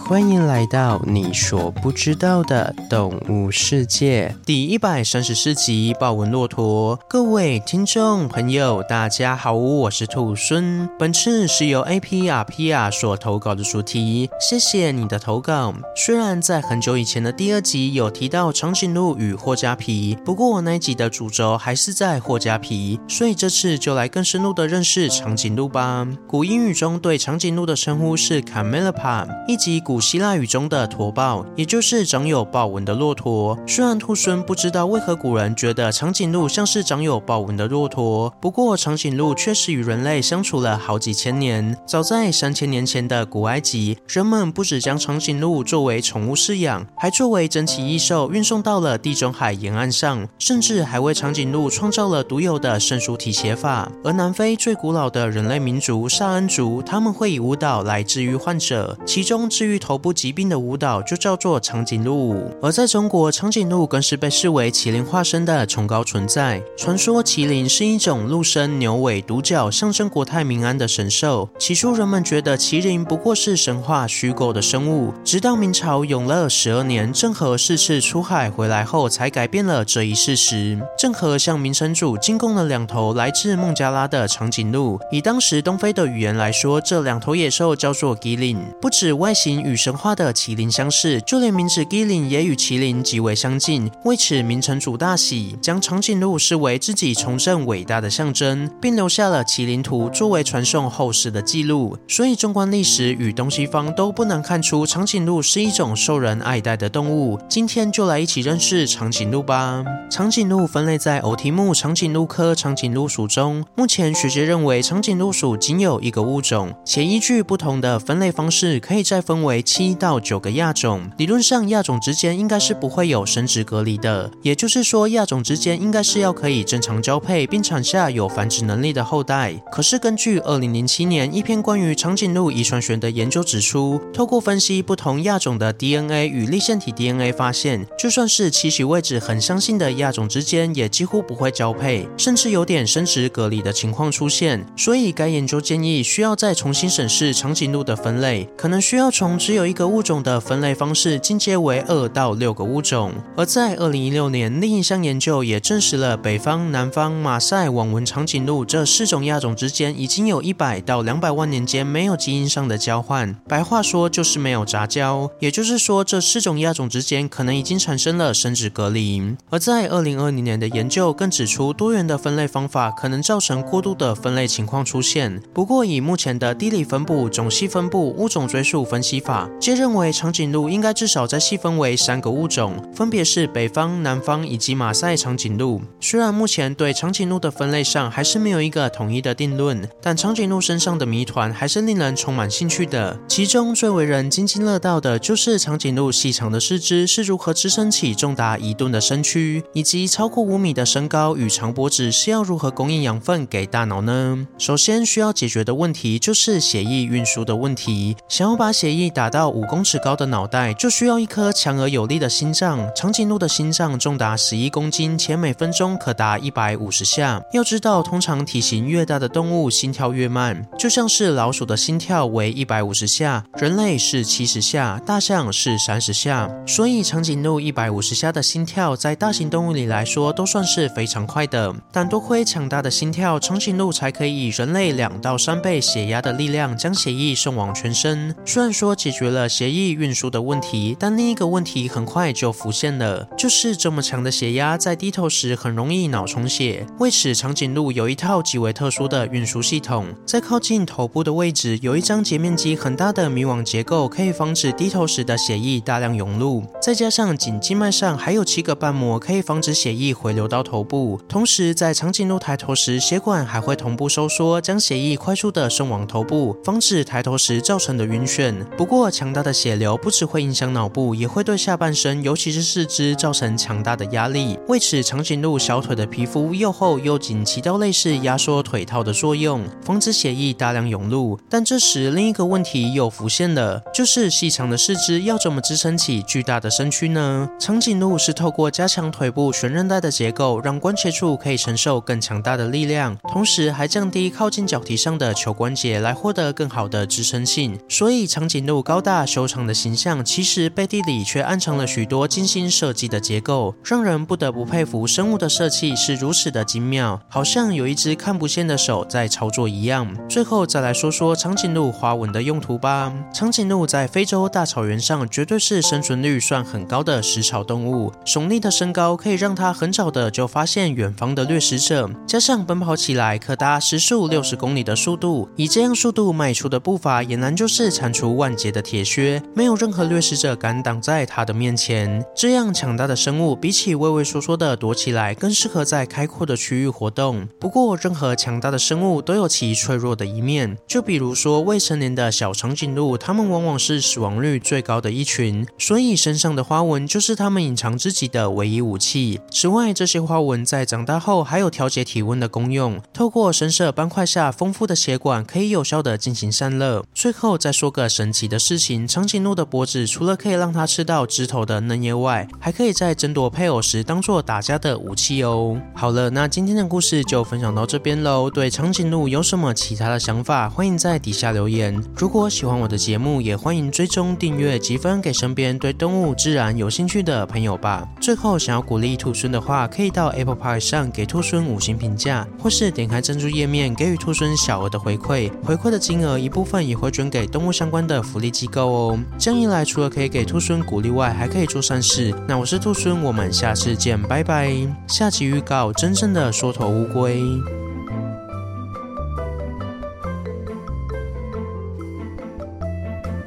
欢迎来到你所不知道的动物世界第134集豹纹骆驼。各位听众朋友大家好，我是兔孙。本次是由 APRPR 所投稿的主题，谢谢你的投稿。虽然在很久以前的第2集有提到长颈鹿与霍加皮，不过我那一集的主轴还是在霍加皮，所以这次就来更深入的认识长颈鹿吧。古英语中对长颈鹿的称呼是 Camelopard， 以及古希腊语中的驼豹，也就是长有豹纹的骆驼。虽然兔孙不知道为何古人觉得长颈鹿像是长有豹纹的骆驼，不过长颈鹿确实与人类相处了好几千年。早在3000年前的古埃及，人们不只将长颈鹿作为宠物饲养，还作为珍奇异兽运送到了地中海沿岸上，甚至还为长颈鹿创造了独有的圣书体写法。而南非最古老的人类民族萨恩族，他们会以舞蹈来治愈患者，其中治愈头部疾病的舞蹈就叫做长颈鹿舞。而在中国，长颈鹿更是被视为麒麟化身的崇高存在。传说麒麟是一种鹿身牛尾独角，象征国泰民安的神兽。起初人们觉得麒麟不过是神话虚构的生物，直到明朝永乐12年，郑和4次出海回来后，才改变了这一事实。郑和向明成祖进贡了2头来自孟加拉的长颈鹿，以当时东非的语言来说，这2头野兽叫做 Gilin。不止外形与神话的麒麟相似，就连名字 Gilin 也与麒麟极为相近。为此明成祖大喜，将长颈鹿视为自己重振伟大的象征，并留下了麒麟图作为传颂后世的记录。所以纵观历史与东西方，都不难看出长颈鹿是一种受人爱戴的动物。今天就来一起认识长颈鹿吧。长颈鹿分类在偶蹄目长颈鹿科长颈鹿属中，目前学界认为长颈鹿属仅有1个物种，且依据不同的分类方式，可以再分为7到9个亚种。理论上亚种之间应该是不会有生殖隔离的，也就是说亚种之间应该是要可以正常交配并产下有繁殖能力的后代。可是根据2007年一篇关于长颈鹿遗传学的研究指出，透过分析不同亚种的 DNA 与粒线体 DNA 发现，就算是期许位置很相近的亚种之间也几乎不会交配，甚至有点生殖隔离的情况出现。所以该研究建议需要再重新审视长颈鹿的分类，可能需要从只有1个物种的分类方式进阶为2到6个物种。而在2016年，另一项研究也证实了北方、南方、马赛、网纹长颈鹿这4种亚种之间已经有100到200万年间没有基因上的交换，白话说就是没有杂交，也就是说这4种亚种之间可能已经产生了生殖隔离。而在2020年的研究更指出，多元的分类方法可能造成过度的分类情况出现。不过以目前的地理分布、种系分布、物种追溯分析法，皆认为长颈鹿应该至少再细分为3个物种，分别是北方、南方以及马赛长颈鹿。虽然目前对长颈鹿的分类上还是没有一个统一的定论，但长颈鹿身上的谜团还是令人充满兴趣的。其中最为人津津乐道的就是长颈鹿细长的四肢是如何支撑起重达1吨的身躯，以及超过5米的身高与长脖子是要如何供应养分给大脑呢？首先需要解决的问题就是血液运输的问题。想要把血液打到5公尺高的脑袋，就需要一颗强而有力的心脏。长颈鹿的心脏重达11公斤，且每分钟可达150下。要知道，通常体型越大的动物心跳越慢，就像是老鼠的心跳为150下，人类是70下，大象是30下。所以长颈鹿150下的心跳在大型动物里来说都算是非常快的。但多亏强大的心跳，长颈鹿才可以以人类2到3倍血压的力量将血液送往全身。虽然说解决了血液运输的问题，但另一个问题很快就浮现了，就是这么强的血压在低头时很容易脑充血。为此长颈鹿有一套极为特殊的运输系统，在靠近头部的位置有一张截面积很大的迷网结构，可以防止低头时的血液大量涌入，再加上颈静脉上还有7个瓣膜，可以防止血液回流到头部。同时在长颈鹿抬头时，血管还会同步收缩，将血液快速的送往头部，防止抬头时造成的晕眩。不过强大的血流不只会影响脑部，也会对下半身尤其是四肢造成强大的压力。为此长颈鹿小腿的皮肤又厚又紧，起到类似压缩腿套的作用，防止血液大量涌入。但这时另一个问题又浮现了，就是细长的四肢要怎么支撑起巨大的身躯呢？长颈鹿是透过加强腿部悬韧带的结构，让关节处可以承受更强大的力量，同时还降低靠近脚蹄上的球关节，来获得更好的支撑性。所以长颈鹿高高大修长的形象，其实背地里却暗藏了许多精心设计的结构，让人不得不佩服生物的设计是如此的精妙，好像有一只看不见的手在操作一样。最后再来说说长颈鹿花纹的用途吧。长颈鹿在非洲大草原上绝对是生存率算很高的食草动物，耸立的身高可以让它很早的就发现远方的掠食者，加上奔跑起来可达时速60公里的速度，以这样速度迈出的步伐，俨然就是铲除万劫的铁靴，没有任何掠食者敢挡在它的面前。这样强大的生物，比起畏畏缩缩的躲起来，更适合在开阔的区域活动。不过，任何强大的生物都有其脆弱的一面，就比如说未成年的小长颈鹿，它们往往是死亡率最高的一群，所以身上的花纹就是它们隐藏自己的唯一武器。此外，这些花纹在长大后还有调节体温的功用，透过深色斑块下丰富的血管，可以有效的进行散热。最后再说个神奇的事情，长颈鹿的脖子除了可以让它吃到枝头的嫩叶外，还可以在争夺配偶时当作打架的武器哦。好了，那今天的故事就分享到这边咯。对长颈鹿有什么其他的想法，欢迎在底下留言。如果喜欢我的节目，也欢迎追踪订阅及分享给身边对动物自然有兴趣的朋友吧。最后想要鼓励兔孙的话，可以到 Apple Podcast 上给兔孙5星评价，或是点开赞助页面给予兔孙小额的回馈，回馈的金额一部分也会捐给动物相关的福利机构哦。这样一来，除了可以给兔孙鼓励外，还可以做善事。那我是兔孙，我们下次见，拜拜。下集预告：真正的缩头乌龟。